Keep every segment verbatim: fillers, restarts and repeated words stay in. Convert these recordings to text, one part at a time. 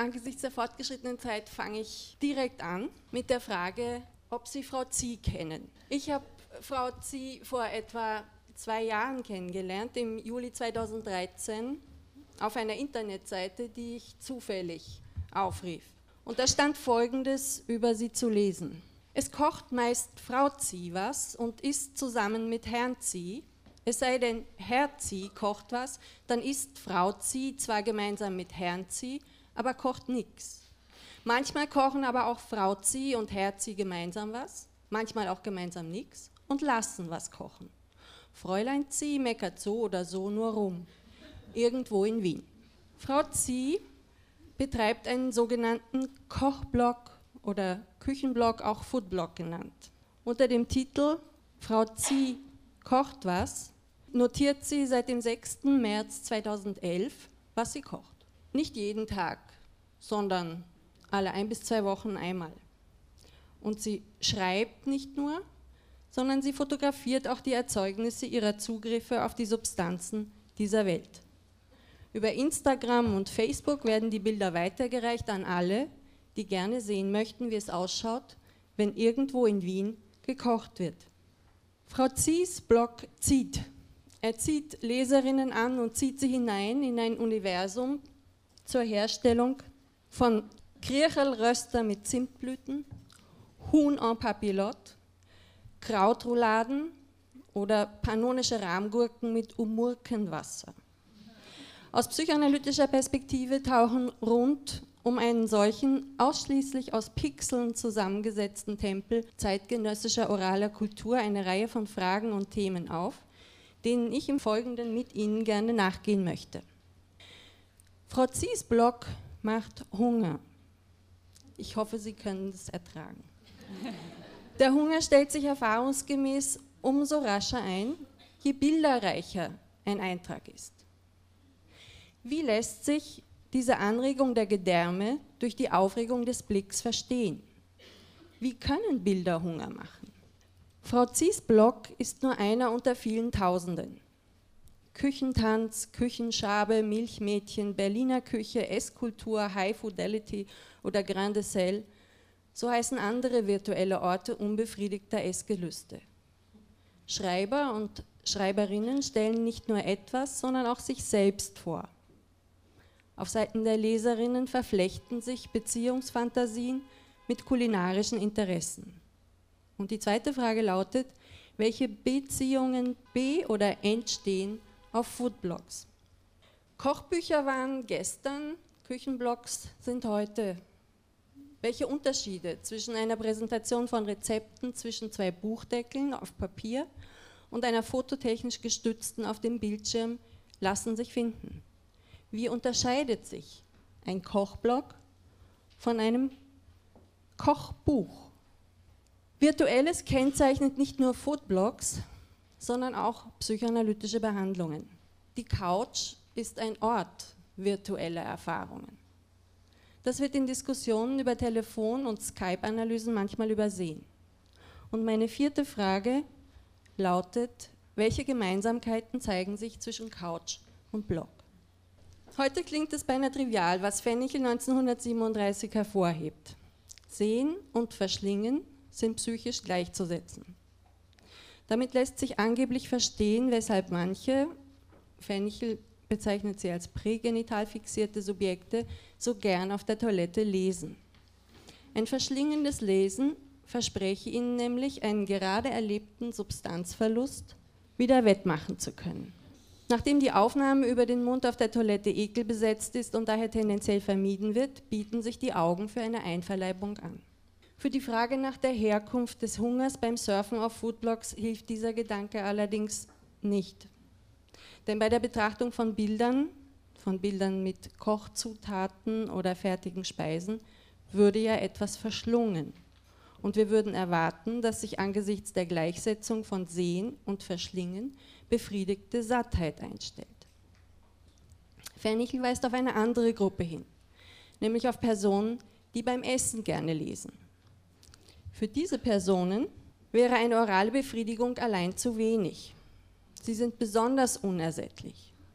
Angesichts der fortgeschrittenen Zeit fange ich direkt an mit der Frage, ob Sie Frau Zieh kennen. Ich habe Frau Zieh vor etwa zwei Jahren kennengelernt, im Juli zweitausenddreizehn, auf einer Internetseite, die ich zufällig aufrief. Und da stand Folgendes über sie zu lesen. Es kocht meist Frau Zieh was und isst zusammen mit Herrn Zieh. Es sei denn, Herr Zieh kocht was, dann isst Frau Zieh zwar gemeinsam mit Herrn Zieh, aber kocht nichts. Manchmal kochen aber auch Frau Zieh und Herr Zieh gemeinsam was, manchmal auch gemeinsam nichts und lassen was kochen. Fräulein Zieh meckert so oder so nur rum, irgendwo in Wien. Frau Zieh betreibt einen sogenannten Kochblog oder Küchenblog, auch Foodblog genannt. Unter dem Titel Frau Zieh kocht was notiert sie seit dem sechsten März zweitausendelf, was sie kocht. Nicht jeden Tag, sondern alle ein bis zwei Wochen einmal. Und sie schreibt nicht nur, sondern sie fotografiert auch die Erzeugnisse ihrer Zugriffe auf die Substanzen dieser Welt. Über Instagram und Facebook werden die Bilder weitergereicht an alle, die gerne sehen möchten, wie es ausschaut, wenn irgendwo in Wien gekocht wird. Frau Ziehs Blog zieht. Er zieht Leserinnen an und zieht sie hinein in ein Universum zur Herstellung von Krierchelröster mit Zimtblüten, Huhn en Papillote, Krautrouladen oder pannonische Rahmgurken mit Umurkenwasser. Aus psychoanalytischer Perspektive tauchen rund um einen solchen ausschließlich aus Pixeln zusammengesetzten Tempel zeitgenössischer oraler Kultur eine Reihe von Fragen und Themen auf, denen ich im Folgenden mit Ihnen gerne nachgehen möchte. Frau Ziehs Blog macht Hunger. Ich hoffe, Sie können es ertragen. Der Hunger stellt sich erfahrungsgemäß umso rascher ein, je bilderreicher ein Eintrag ist. Wie lässt sich diese Anregung der Gedärme durch die Aufregung des Blicks verstehen? Wie können Bilder Hunger machen? Frau Ziehs Blog ist nur einer unter vielen Tausenden. Küchentanz, Küchenschabe, Milchmädchen, Berliner Küche, Esskultur, High Fidelity oder Grain de Sel, so heißen andere virtuelle Orte unbefriedigter Essgelüste. Schreiber und Schreiberinnen stellen nicht nur etwas, sondern auch sich selbst vor. Auf Seiten der Leserinnen verflechten sich Beziehungsfantasien mit kulinarischen Interessen. Und die zweite Frage lautet, welche Beziehungen be- oder entstehen auf Foodblogs? Kochbücher waren gestern, Küchenblogs sind heute. Welche Unterschiede zwischen einer Präsentation von Rezepten zwischen zwei Buchdeckeln auf Papier und einer fototechnisch gestützten auf dem Bildschirm lassen sich finden? Wie unterscheidet sich ein Kochblog von einem Kochbuch? Virtuelles kennzeichnet nicht nur Foodblogs, sondern auch psychoanalytische Behandlungen. Die Couch ist ein Ort virtueller Erfahrungen. Das wird in Diskussionen über Telefon- und Skype-Analysen manchmal übersehen. Und meine vierte Frage lautet, welche Gemeinsamkeiten zeigen sich zwischen Couch und Blog? Heute klingt es beinahe trivial, was Fennichel neunzehnhundertsiebenunddreißig hervorhebt. Sehen und Verschlingen sind psychisch gleichzusetzen. Damit lässt sich angeblich verstehen, weshalb manche, Fennichel bezeichnet sie als prägenital fixierte Subjekte, so gern auf der Toilette lesen. Ein verschlingendes Lesen verspreche ihnen nämlich, einen gerade erlebten Substanzverlust wieder wettmachen zu können. Nachdem die Aufnahme über den Mund auf der Toilette ekelbesetzt ist und daher tendenziell vermieden wird, bieten sich die Augen für eine Einverleibung an. Für die Frage nach der Herkunft des Hungers beim Surfen auf Foodblogs hilft dieser Gedanke allerdings nicht. Denn bei der Betrachtung von Bildern, von Bildern mit Kochzutaten oder fertigen Speisen, würde ja etwas verschlungen. Und wir würden erwarten, dass sich angesichts der Gleichsetzung von Sehen und Verschlingen befriedigte Sattheit einstellt. Fennichel weist auf eine andere Gruppe hin, nämlich auf Personen, die beim Essen gerne lesen. Für diese Personen wäre eine orale Befriedigung allein zu wenig. Sie sind besonders unersättlich.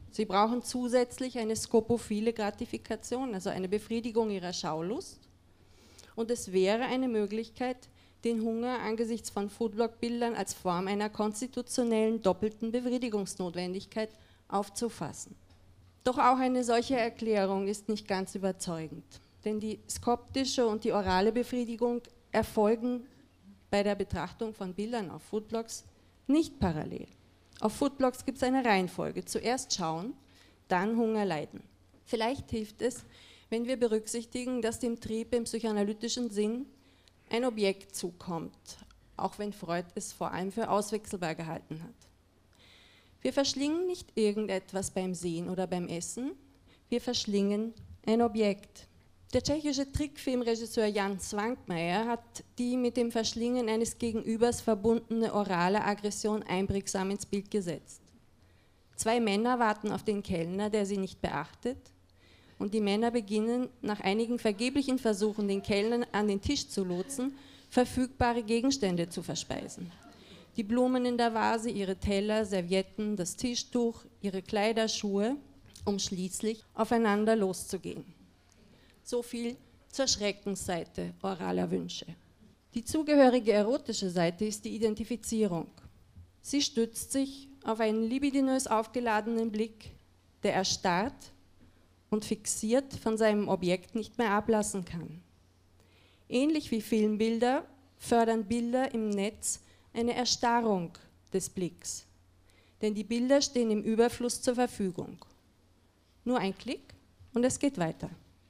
Sie brauchen zusätzlich eine skopophile Gratifikation, also eine Befriedigung ihrer Schaulust. Und es wäre eine Möglichkeit, den Hunger angesichts von Foodblog-Bildern als Form einer konstitutionellen doppelten Befriedigungsnotwendigkeit aufzufassen. Doch auch eine solche Erklärung ist nicht ganz überzeugend, denn die skoptische und die orale Befriedigung erfolgen bei der Betrachtung von Bildern auf Foodblogs nicht parallel. Auf Foodblogs gibt es eine Reihenfolge, zuerst schauen, dann Hunger leiden. Vielleicht hilft es, wenn wir berücksichtigen, dass dem Trieb im psychoanalytischen Sinn ein Objekt zukommt, auch wenn Freud es vor allem für auswechselbar gehalten hat. Wir verschlingen nicht irgendetwas beim Sehen oder beim Essen, wir verschlingen ein Objekt. Der tschechische Trickfilmregisseur Jan Svankmajer hat die mit dem Verschlingen eines Gegenübers verbundene orale Aggression einprägsam ins Bild gesetzt. Zwei Männer warten auf den Kellner, der sie nicht beachtet, und die Männer beginnen, nach einigen vergeblichen Versuchen, den Kellner an den Tisch zu lotsen, verfügbare Gegenstände zu verspeisen. Die Blumen in der Vase, ihre Teller, Servietten, das Tischtuch, ihre Kleider, Schuhe, um schließlich aufeinander loszugehen. So viel zur Schreckensseite oraler Wünsche. Die zugehörige erotische Seite ist die Identifizierung. Sie stützt sich auf einen libidinös aufgeladenen Blick, der erstarrt und fixiert von seinem Objekt nicht mehr ablassen kann. Ähnlich wie Filmbilder fördern Bilder im Netz eine Erstarrung des Blicks, denn die Bilder stehen im Überfluss zur Verfügung. Nur ein Klick und es geht weiter.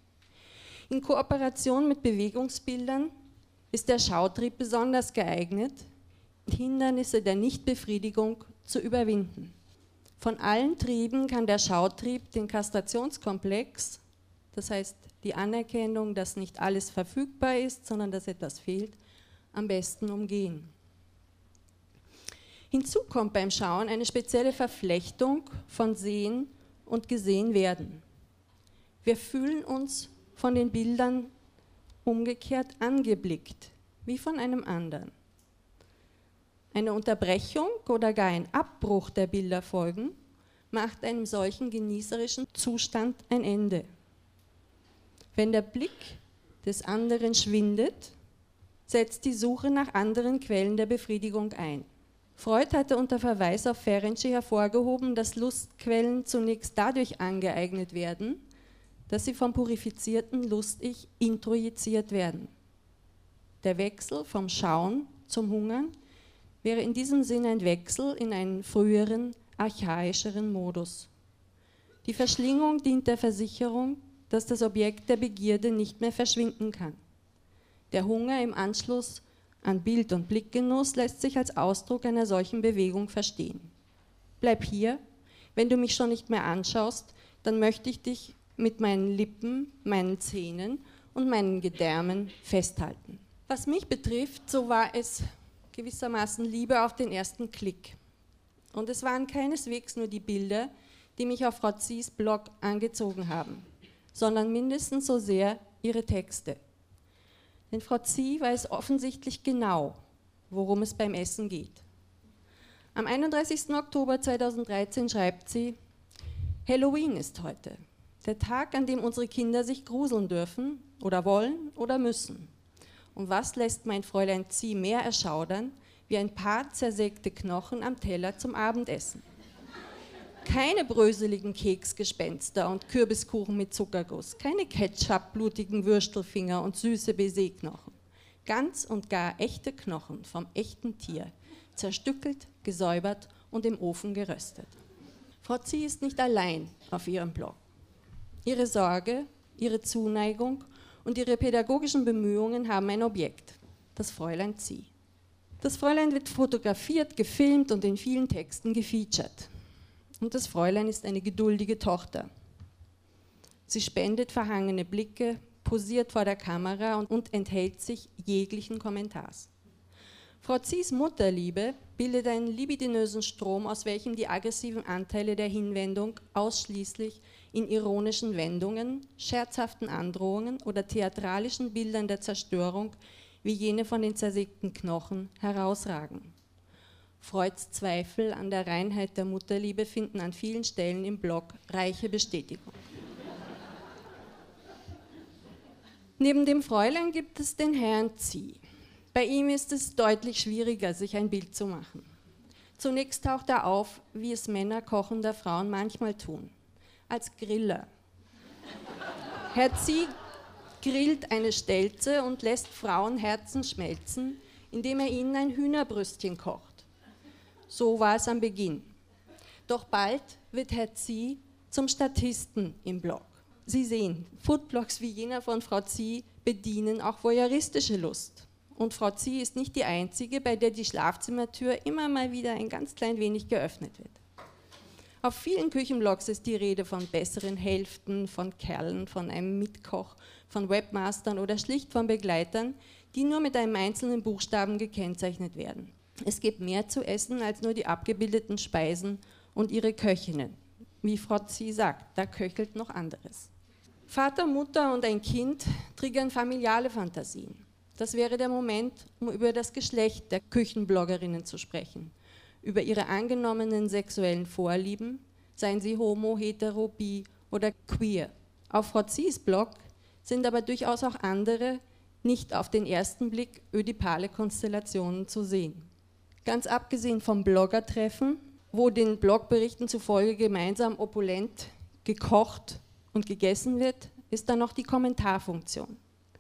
In Kooperation mit Bewegungsbildern ist der Schautrieb besonders geeignet, Hindernisse der Nichtbefriedigung zu überwinden. Von allen Trieben kann der Schautrieb den Kastrationskomplex, das heißt die Anerkennung, dass nicht alles verfügbar ist, sondern dass etwas fehlt, am besten umgehen. Hinzu kommt beim Schauen eine spezielle Verflechtung von Sehen und Gesehenwerden. Wir fühlen uns von den Bildern umgekehrt angeblickt, wie von einem anderen. Eine Unterbrechung oder gar ein Abbruch der Bilderfolgen macht einem solchen genießerischen Zustand ein Ende. Wenn der Blick des anderen schwindet, setzt die Suche nach anderen Quellen der Befriedigung ein. Freud hatte unter Verweis auf Ferenczi hervorgehoben, dass Lustquellen zunächst dadurch angeeignet werden, dass sie vom purifizierten Lust-Ich introjiziert werden. Der Wechsel vom Schauen zum Hungern wäre in diesem Sinn ein Wechsel in einen früheren, archaischeren Modus. Die Verschlingung dient der Versicherung, dass das Objekt der Begierde nicht mehr verschwinden kann. Der Hunger im Anschluss an Bild- und Blickgenuss lässt sich als Ausdruck einer solchen Bewegung verstehen. Bleib hier, wenn du mich schon nicht mehr anschaust, dann möchte ich dich mit meinen Lippen, meinen Zähnen und meinen Gedärmen festhalten. Was mich betrifft, so war es gewissermaßen Liebe auf den ersten Klick. Und es waren keineswegs nur die Bilder, die mich auf Frau Zies Blog angezogen haben, sondern mindestens so sehr ihre Texte. Denn Frau Zie weiß offensichtlich genau, worum es beim Essen geht. Am einunddreißigsten Oktober zweitausenddreizehn schreibt sie: Halloween ist heute, der Tag, an dem unsere Kinder sich gruseln dürfen oder wollen oder müssen. Und was lässt mein Fräulein Zie mehr erschaudern, wie ein paar zersägte Knochen am Teller zum Abendessen? Keine bröseligen Keksgespenster und Kürbiskuchen mit Zuckerguss, keine Ketchup-blutigen Würstelfinger und süße Baiser-Knochen. Ganz und gar echte Knochen vom echten Tier, zerstückelt, gesäubert und im Ofen geröstet. Frau Zie ist nicht allein auf ihrem Blog. Ihre Sorge, ihre Zuneigung und ihre pädagogischen Bemühungen haben ein Objekt, das Fräulein Zie. Das Fräulein wird fotografiert, gefilmt und in vielen Texten gefeatured. Und das Fräulein ist eine geduldige Tochter. Sie spendet verhangene Blicke, posiert vor der Kamera und, und enthält sich jeglichen Kommentars. Frau Zies Mutterliebe bildet einen libidinösen Strom, aus welchem die aggressiven Anteile der Hinwendung ausschließlich in ironischen Wendungen, scherzhaften Androhungen oder theatralischen Bildern der Zerstörung, wie jene von den zersägten Knochen, herausragen. Freuds Zweifel an der Reinheit der Mutterliebe finden an vielen Stellen im Blog reiche Bestätigung. Neben dem Fräulein gibt es den Herrn Zie. Bei ihm ist es deutlich schwieriger, sich ein Bild zu machen. Zunächst taucht er auf, wie es Männer kochender Frauen manchmal tun, als Griller. Herr Zie grillt eine Stelze und lässt Frauenherzen schmelzen, indem er ihnen ein Hühnerbrüstchen kocht. So war es am Beginn. Doch bald wird Herr Zie zum Statisten im Blog. Sie sehen, Foodblogs wie jener von Frau Zie bedienen auch voyeuristische Lust. Und Frau Zie ist nicht die einzige, bei der die Schlafzimmertür immer mal wieder ein ganz klein wenig geöffnet wird. Auf vielen Küchenblogs ist die Rede von besseren Hälften, von Kerlen, von einem Mitkoch, von Webmastern oder schlicht von Begleitern, die nur mit einem einzelnen Buchstaben gekennzeichnet werden. Es gibt mehr zu essen als nur die abgebildeten Speisen und ihre Köchinnen. Wie Frau Zie sagt, da köchelt noch anderes. Vater, Mutter und ein Kind triggern familiale Fantasien. Das wäre der Moment, um über das Geschlecht der Küchenbloggerinnen zu sprechen, über ihre angenommenen sexuellen Vorlieben, seien sie homo, hetero, bi oder queer. Auf Frau Zies Blog sind aber durchaus auch andere, nicht auf den ersten Blick ödipale Konstellationen zu sehen. Ganz abgesehen vom Bloggertreffen, wo den Blogberichten zufolge gemeinsam opulent gekocht und gegessen wird, ist dann noch die Kommentarfunktion.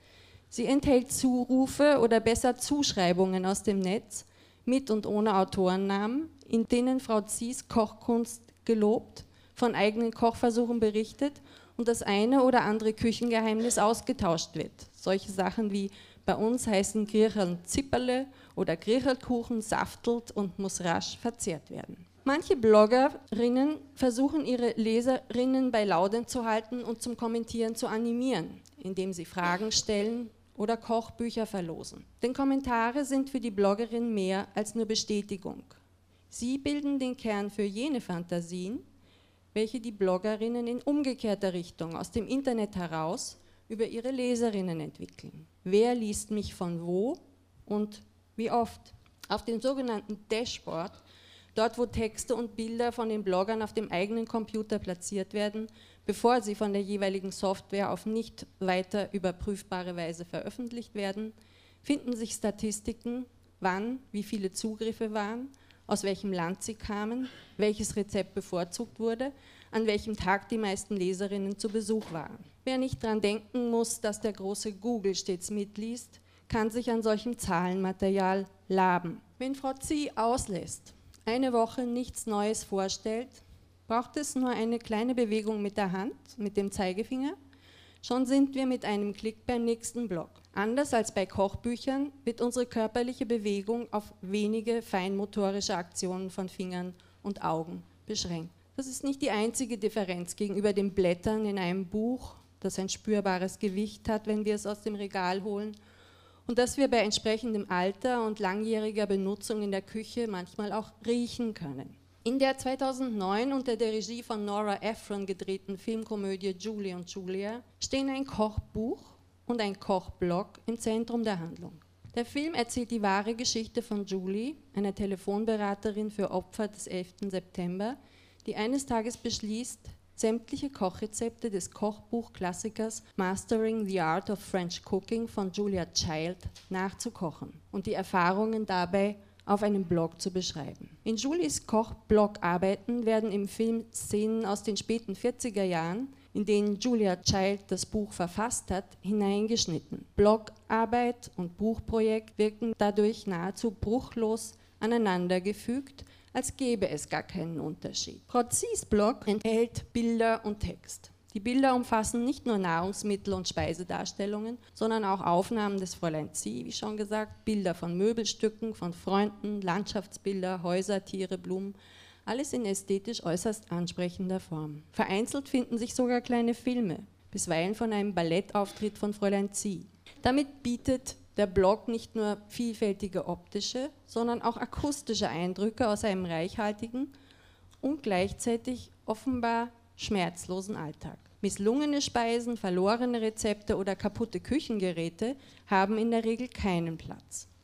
Sie enthält Zurufe oder besser Zuschreibungen aus dem Netz mit und ohne Autorennamen, in denen Frau Zies Kochkunst gelobt, von eigenen Kochversuchen berichtet und das eine oder andere Küchengeheimnis ausgetauscht wird. Solche Sachen wie bei uns heißen Griecherln Zipperle oder Griecherlkuchen saftelt und muss rasch verzehrt werden. Manche Bloggerinnen versuchen ihre Leserinnen bei Laune zu halten und zum Kommentieren zu animieren, indem sie Fragen stellen oder Kochbücher verlosen. Denn Kommentare sind für die Bloggerin mehr als nur Bestätigung. Sie bilden den Kern für jene Fantasien, welche die Bloggerinnen in umgekehrter Richtung aus dem Internet heraus über ihre Leserinnen entwickeln. Wer liest mich von wo und wie oft? Auf dem sogenannten Dashboard, dort wo Texte und Bilder von den Bloggern auf dem eigenen Computer platziert werden, bevor sie von der jeweiligen Software auf nicht weiter überprüfbare Weise veröffentlicht werden, finden sich Statistiken, wann, wie viele Zugriffe waren, aus welchem Land sie kamen, welches Rezept bevorzugt wurde, an welchem Tag die meisten Leserinnen zu Besuch waren. Wer nicht daran denken muss, dass der große Google stets mitliest, kann sich an solchem Zahlenmaterial laben. Wenn Frau Zie auslässt, eine Woche nichts Neues vorstellt, braucht es nur eine kleine Bewegung mit der Hand, mit dem Zeigefinger, schon sind wir mit einem Klick beim nächsten Blog. Anders als bei Kochbüchern wird unsere körperliche Bewegung auf wenige feinmotorische Aktionen von Fingern und Augen beschränkt. Das ist nicht die einzige Differenz gegenüber dem Blättern in einem Buch, das ein spürbares Gewicht hat, wenn wir es aus dem Regal holen, und das wir bei entsprechendem Alter und langjähriger Benutzung in der Küche manchmal auch riechen können. In der zweitausendneun unter der Regie von Nora Ephron gedrehten Filmkomödie Julie und Julia stehen ein Kochbuch und ein Kochblog im Zentrum der Handlung. Der Film erzählt die wahre Geschichte von Julie, einer Telefonberaterin für Opfer des elften September, die eines Tages beschließt, sämtliche Kochrezepte des Kochbuchklassikers Mastering the Art of French Cooking von Julia Child nachzukochen und die Erfahrungen dabei auf einem Blog zu beschreiben. In Julies Kochblog-Arbeiten werden im Film Szenen aus den späten vierziger Jahren, in denen Julia Child das Buch verfasst hat, hineingeschnitten. Blogarbeit und Buchprojekt wirken dadurch nahezu bruchlos aneinandergefügt, als gäbe es gar keinen Unterschied. Frau Zies Blog enthält Bilder und Text. Die Bilder umfassen nicht nur Nahrungsmittel- und Speisedarstellungen, sondern auch Aufnahmen des Fräulein Zie, wie schon gesagt, Bilder von Möbelstücken, von Freunden, Landschaftsbilder, Häuser, Tiere, Blumen, alles in ästhetisch äußerst ansprechender Form. Vereinzelt finden sich sogar kleine Filme, bisweilen von einem Ballettauftritt von Fräulein Zie. Damit bietet der Blog nicht nur vielfältige optische, sondern auch akustische Eindrücke aus einem reichhaltigen und gleichzeitig offenbar schmerzlosen Alltag. Misslungene Speisen, verlorene Rezepte oder kaputte Küchengeräte haben in der Regel keinen Platz.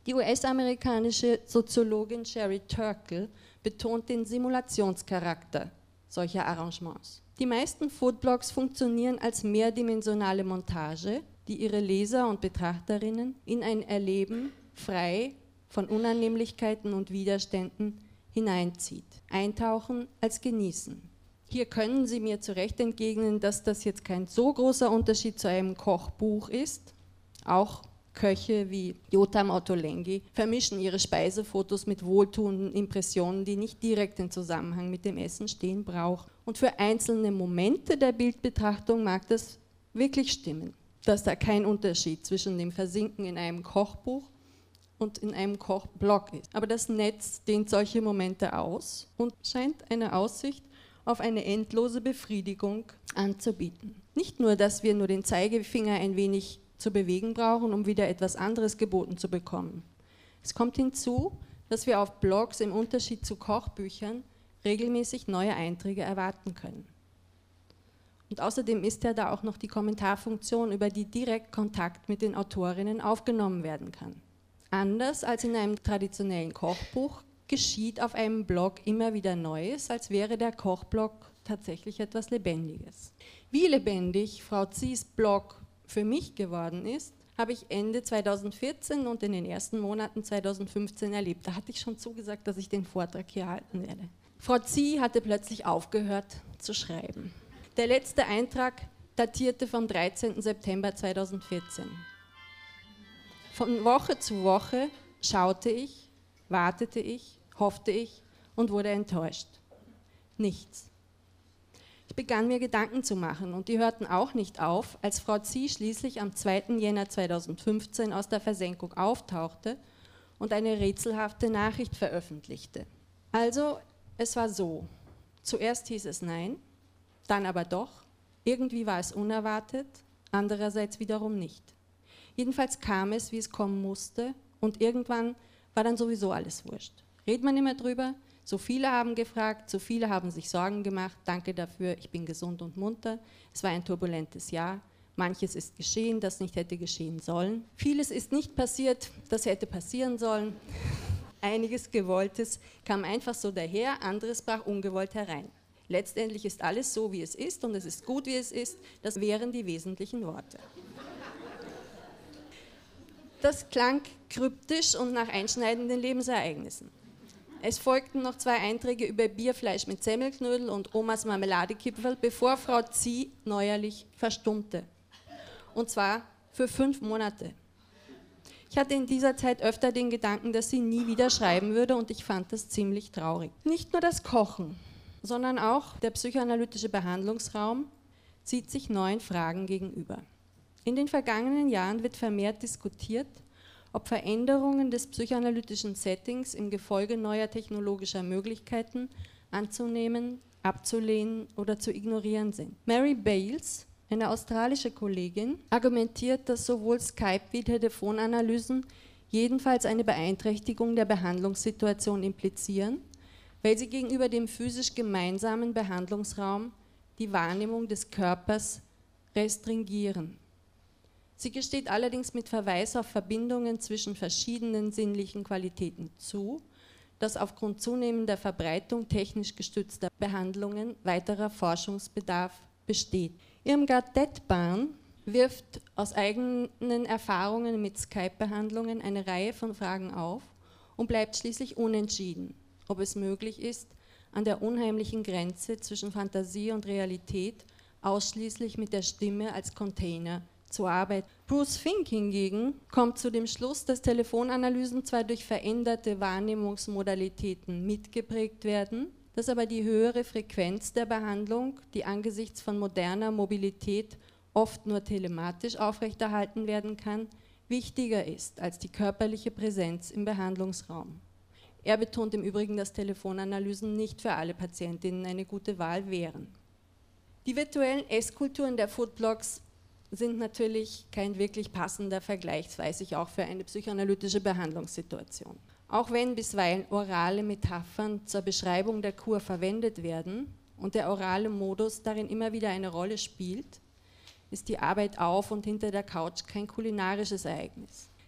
Die U S-amerikanische Soziologin Sherry Turkle betont den Simulationscharakter solcher Arrangements. Die meisten Foodblogs funktionieren als mehrdimensionale Montage, die ihre Leser und Betrachterinnen in ein Erleben frei von Unannehmlichkeiten und Widerständen hineinzieht. Eintauchen als genießen. Hier können Sie mir zu Recht entgegnen, dass das jetzt kein so großer Unterschied zu einem Kochbuch ist. Auch Köche wie Yotam Ottolenghi vermischen ihre Speisefotos mit wohltuenden Impressionen, die nicht direkt in Zusammenhang mit dem Essen stehen brauchen. Und für einzelne Momente der Bildbetrachtung mag das wirklich stimmen, dass da kein Unterschied zwischen dem Versinken in einem Kochbuch und in einem Kochblog ist. Aber das Netz dehnt solche Momente aus und scheint eine Aussicht auf eine endlose Befriedigung anzubieten. Nicht nur, dass wir nur den Zeigefinger ein wenig zu bewegen brauchen, um wieder etwas anderes geboten zu bekommen. Es kommt hinzu, dass wir auf Blogs im Unterschied zu Kochbüchern regelmäßig neue Einträge erwarten können. Und außerdem ist ja da auch noch die Kommentarfunktion, über die direkt Kontakt mit den Autorinnen aufgenommen werden kann. Anders als in einem traditionellen Kochbuch geschieht auf einem Blog immer wieder Neues, als wäre der Kochblog tatsächlich etwas Lebendiges. Wie lebendig Frau Zies Blog für mich geworden ist, habe ich Ende zweitausendvierzehn und in den ersten Monaten zweitausendfünfzehn erlebt. Da hatte ich schon zugesagt, dass ich den Vortrag hier halten werde. Frau Zie hatte plötzlich aufgehört zu schreiben. Der letzte Eintrag datierte vom dreizehnten September zweitausendvierzehn. Von Woche zu Woche schaute ich, wartete ich, hoffte ich und wurde enttäuscht. Nichts. Ich begann mir Gedanken zu machen und die hörten auch nicht auf, als Frau Zie schließlich am zweiten Jänner zweitausendfünfzehn aus der Versenkung auftauchte und eine rätselhafte Nachricht veröffentlichte. Also, es war so. Zuerst hieß es nein, dann aber doch. Irgendwie war es unerwartet, andererseits wiederum nicht. Jedenfalls kam es, wie es kommen musste und irgendwann war dann sowieso alles wurscht. Redet man nicht mehr drüber? So viele haben gefragt, so viele haben sich Sorgen gemacht. Danke dafür, ich bin gesund und munter. Es war ein turbulentes Jahr. Manches ist geschehen, das nicht hätte geschehen sollen. Vieles ist nicht passiert, das hätte passieren sollen. Einiges Gewolltes kam einfach so daher, anderes brach ungewollt herein. Letztendlich ist alles so, wie es ist und es ist gut, wie es ist. Das wären die wesentlichen Worte. Das klang kryptisch und nach einschneidenden Lebensereignissen. Es folgten noch zwei Einträge über Bierfleisch mit Semmelknödel und Omas Marmeladekipferl, bevor Frau Zie neuerlich verstummte. Und zwar für fünf Monate. Ich hatte in dieser Zeit öfter den Gedanken, dass sie nie wieder schreiben würde und ich fand das ziemlich traurig. Nicht nur das Kochen, sondern auch der psychoanalytische Behandlungsraum zieht sich neuen Fragen gegenüber. In den vergangenen Jahren wird vermehrt diskutiert, ob Veränderungen des psychoanalytischen Settings im Gefolge neuer technologischer Möglichkeiten anzunehmen, abzulehnen oder zu ignorieren sind. Mary Bales, eine australische Kollegin, argumentiert, dass sowohl Skype wie Telefonanalysen jedenfalls eine Beeinträchtigung der Behandlungssituation implizieren, weil sie gegenüber dem physisch gemeinsamen Behandlungsraum die Wahrnehmung des Körpers restringieren. Sie gesteht allerdings mit Verweis auf Verbindungen zwischen verschiedenen sinnlichen Qualitäten zu, dass aufgrund zunehmender Verbreitung technisch gestützter Behandlungen weiterer Forschungsbedarf besteht. Irmgard Dettbarn wirft aus eigenen Erfahrungen mit Skype-Behandlungen eine Reihe von Fragen auf und bleibt schließlich unentschieden, ob es möglich ist, an der unheimlichen Grenze zwischen Fantasie und Realität ausschließlich mit der Stimme als Container zu arbeiten. Bruce Fink hingegen kommt zu dem Schluss, dass Telefonanalysen zwar durch veränderte Wahrnehmungsmodalitäten mitgeprägt werden, dass aber die höhere Frequenz der Behandlung, die angesichts von moderner Mobilität oft nur telematisch aufrechterhalten werden kann, wichtiger ist als die körperliche Präsenz im Behandlungsraum. Er betont im Übrigen, dass Telefonanalysen nicht für alle Patientinnen eine gute Wahl wären. Die virtuellen Esskulturen der Foodblogs sind natürlich kein wirklich passender Vergleich, das weiß ich auch, für eine psychoanalytische Behandlungssituation. Auch wenn bisweilen orale Metaphern zur Beschreibung der Kur verwendet werden und der orale Modus darin immer wieder eine Rolle spielt, ist die Arbeit auf und hinter der Couch kein kulinarisches Ereignis.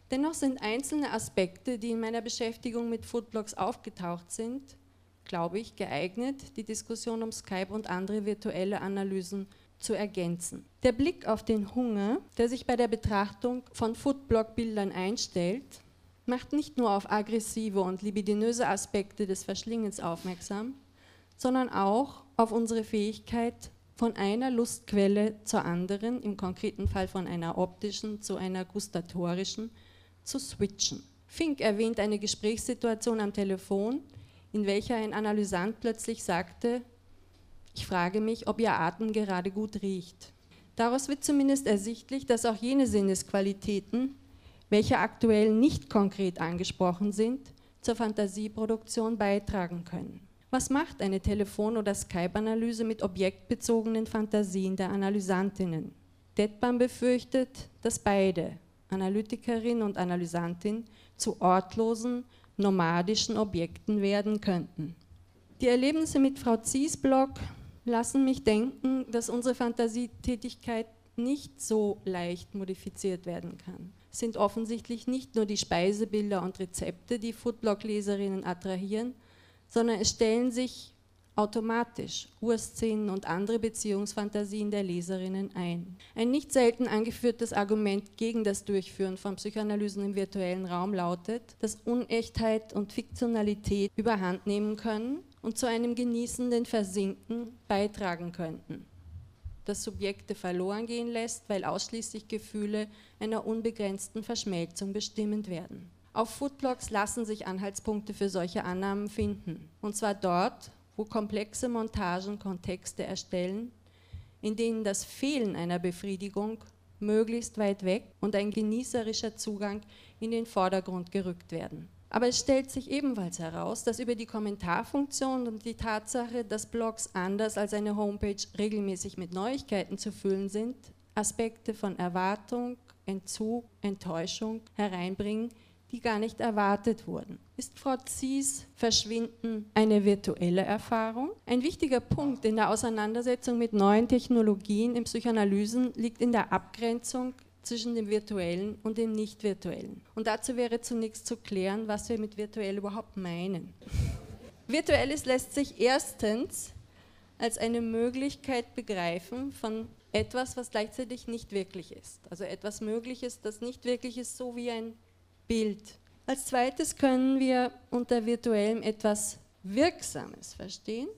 Dennoch sind einzelne Aspekte, die in meiner Beschäftigung mit Foodblogs aufgetaucht sind, glaube ich, geeignet, die Diskussion um Skype und andere virtuelle Analysen zu ergänzen. Der Blick auf den Hunger, der sich bei der Betrachtung von Foodblog-Bildern einstellt, macht nicht nur auf aggressive und libidinöse Aspekte des Verschlingens aufmerksam, sondern auch auf unsere Fähigkeit, von einer Lustquelle zur anderen, im konkreten Fall von einer optischen zu einer gustatorischen, zu switchen. Fink erwähnt eine Gesprächssituation am Telefon, in welcher ein Analysant plötzlich sagte: Ich frage mich, ob Ihr Atem gerade gut riecht. Daraus wird zumindest ersichtlich, dass auch jene Sinnesqualitäten, welche aktuell nicht konkret angesprochen sind, zur Fantasieproduktion beitragen können. Was macht eine Telefon- oder Skype-Analyse mit objektbezogenen Fantasien der Analysantinnen? Detban befürchtet, dass beide, Analytikerin und Analysantin, zu ortlosen, nomadischen Objekten werden könnten. Die Erlebnisse mit Frau Zies Blog lassen mich denken, dass unsere Fantasietätigkeit nicht so leicht modifiziert werden kann. Es sind offensichtlich nicht nur die Speisebilder und Rezepte, die Foodblog-Leserinnen attrahieren, sondern es stellen sich automatisch Urszenen und andere Beziehungsfantasien der Leserinnen ein. Ein nicht selten angeführtes Argument gegen das Durchführen von Psychoanalysen im virtuellen Raum lautet, dass Unechtheit und Fiktionalität überhand nehmen können und zu einem genießenden Versinken beitragen könnten, das Subjekte verloren gehen lässt, weil ausschließlich Gefühle einer unbegrenzten Verschmelzung bestimmend werden. Auf Foodblogs lassen sich Anhaltspunkte für solche Annahmen finden, und zwar dort, wo komplexe Montagen Kontexte erstellen, in denen das Fehlen einer Befriedigung möglichst weit weg und ein genießerischer Zugang in den Vordergrund gerückt werden. Aber es stellt sich ebenfalls heraus, dass über die Kommentarfunktion und die Tatsache, dass Blogs anders als eine Homepage regelmäßig mit Neuigkeiten zu füllen sind, Aspekte von Erwartung, Entzug, Enttäuschung hereinbringen, die gar nicht erwartet wurden. Ist Frau Zies Verschwinden eine virtuelle Erfahrung? Ein wichtiger Punkt in der Auseinandersetzung mit neuen Technologien in Psychoanalysen liegt in der Abgrenzung zwischen dem Virtuellen und dem Nicht-Virtuellen. Und dazu wäre zunächst zu klären, was wir mit virtuell überhaupt meinen. Virtuelles lässt sich erstens als eine Möglichkeit begreifen von etwas, was gleichzeitig nicht wirklich ist. Also etwas Mögliches, das nicht wirklich ist, so wie ein Bild. Als zweites können wir unter Virtuellem etwas Wirksames verstehen,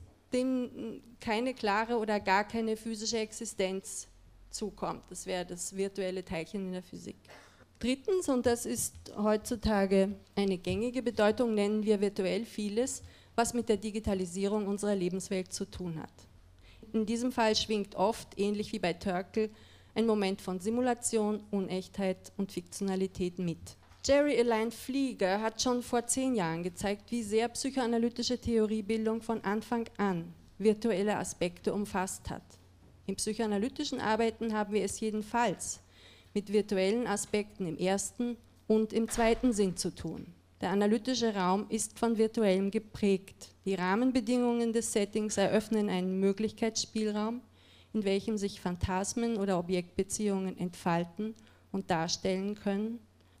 dem keine klare oder gar keine physische Existenz zukommt. Das wäre das virtuelle Teilchen in der Physik. Drittens, und das ist heutzutage eine gängige Bedeutung, nennen wir virtuell vieles, was mit der Digitalisierung unserer Lebenswelt zu tun hat. In diesem Fall schwingt oft, ähnlich wie bei Törkel, ein Moment von Simulation, Unechtheit und Fiktionalität mit. Jerry Elaine Flieger hat schon vor zehn Jahren gezeigt, wie sehr psychoanalytische Theoriebildung von Anfang an virtuelle Aspekte umfasst hat. Im psychoanalytischen Arbeiten haben wir es jedenfalls mit virtuellen Aspekten im ersten und im zweiten Sinn zu tun. Der analytische Raum ist von Virtuellem geprägt. Die Rahmenbedingungen des Settings eröffnen einen Möglichkeitsspielraum, in welchem sich Phantasmen oder Objektbeziehungen entfalten und darstellen können,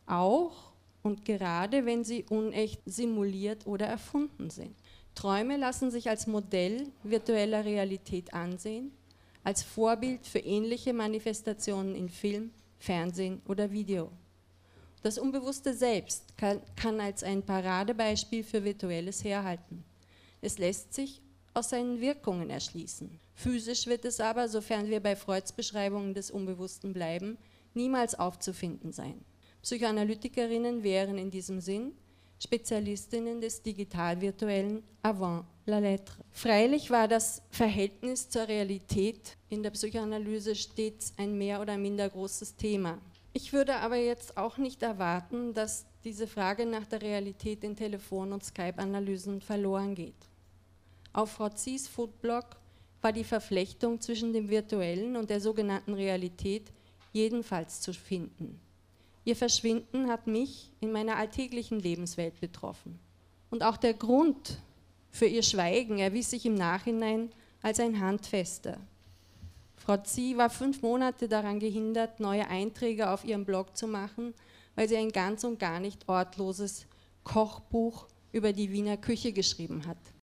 auch und gerade wenn sie unecht simuliert oder erfunden sind. Träume lassen sich als Modell virtueller Realität ansehen, als Vorbild für ähnliche Manifestationen in Film, Fernsehen oder Video. Das Unbewusste selbst kann, kann als ein Paradebeispiel für Virtuelles herhalten. Es lässt sich aus seinen Wirkungen erschließen. Physisch wird es aber, sofern wir bei Freuds Beschreibungen des Unbewussten bleiben, niemals aufzufinden sein. Psychoanalytikerinnen wären in diesem Sinn Spezialistinnen des digital-virtuellen avant la lettre. Freilich war das Verhältnis zur Realität in der Psychoanalyse stets ein mehr oder minder großes Thema. Ich würde aber jetzt auch nicht erwarten, dass diese Frage nach der Realität in Telefon- und Skype-Analysen verloren geht. Auf Frau Zies Foodblog war die Verflechtung zwischen dem Virtuellen und der sogenannten Realität jedenfalls zu finden. Ihr Verschwinden hat mich in meiner alltäglichen Lebenswelt betroffen. Und auch der Grund für ihr Schweigen erwies sich im Nachhinein als ein handfester. Frau Zie war fünf Monate daran gehindert, neue Einträge auf ihrem Blog zu machen, weil sie ein ganz und gar nicht ortloses Kochbuch über die Wiener Küche geschrieben hat.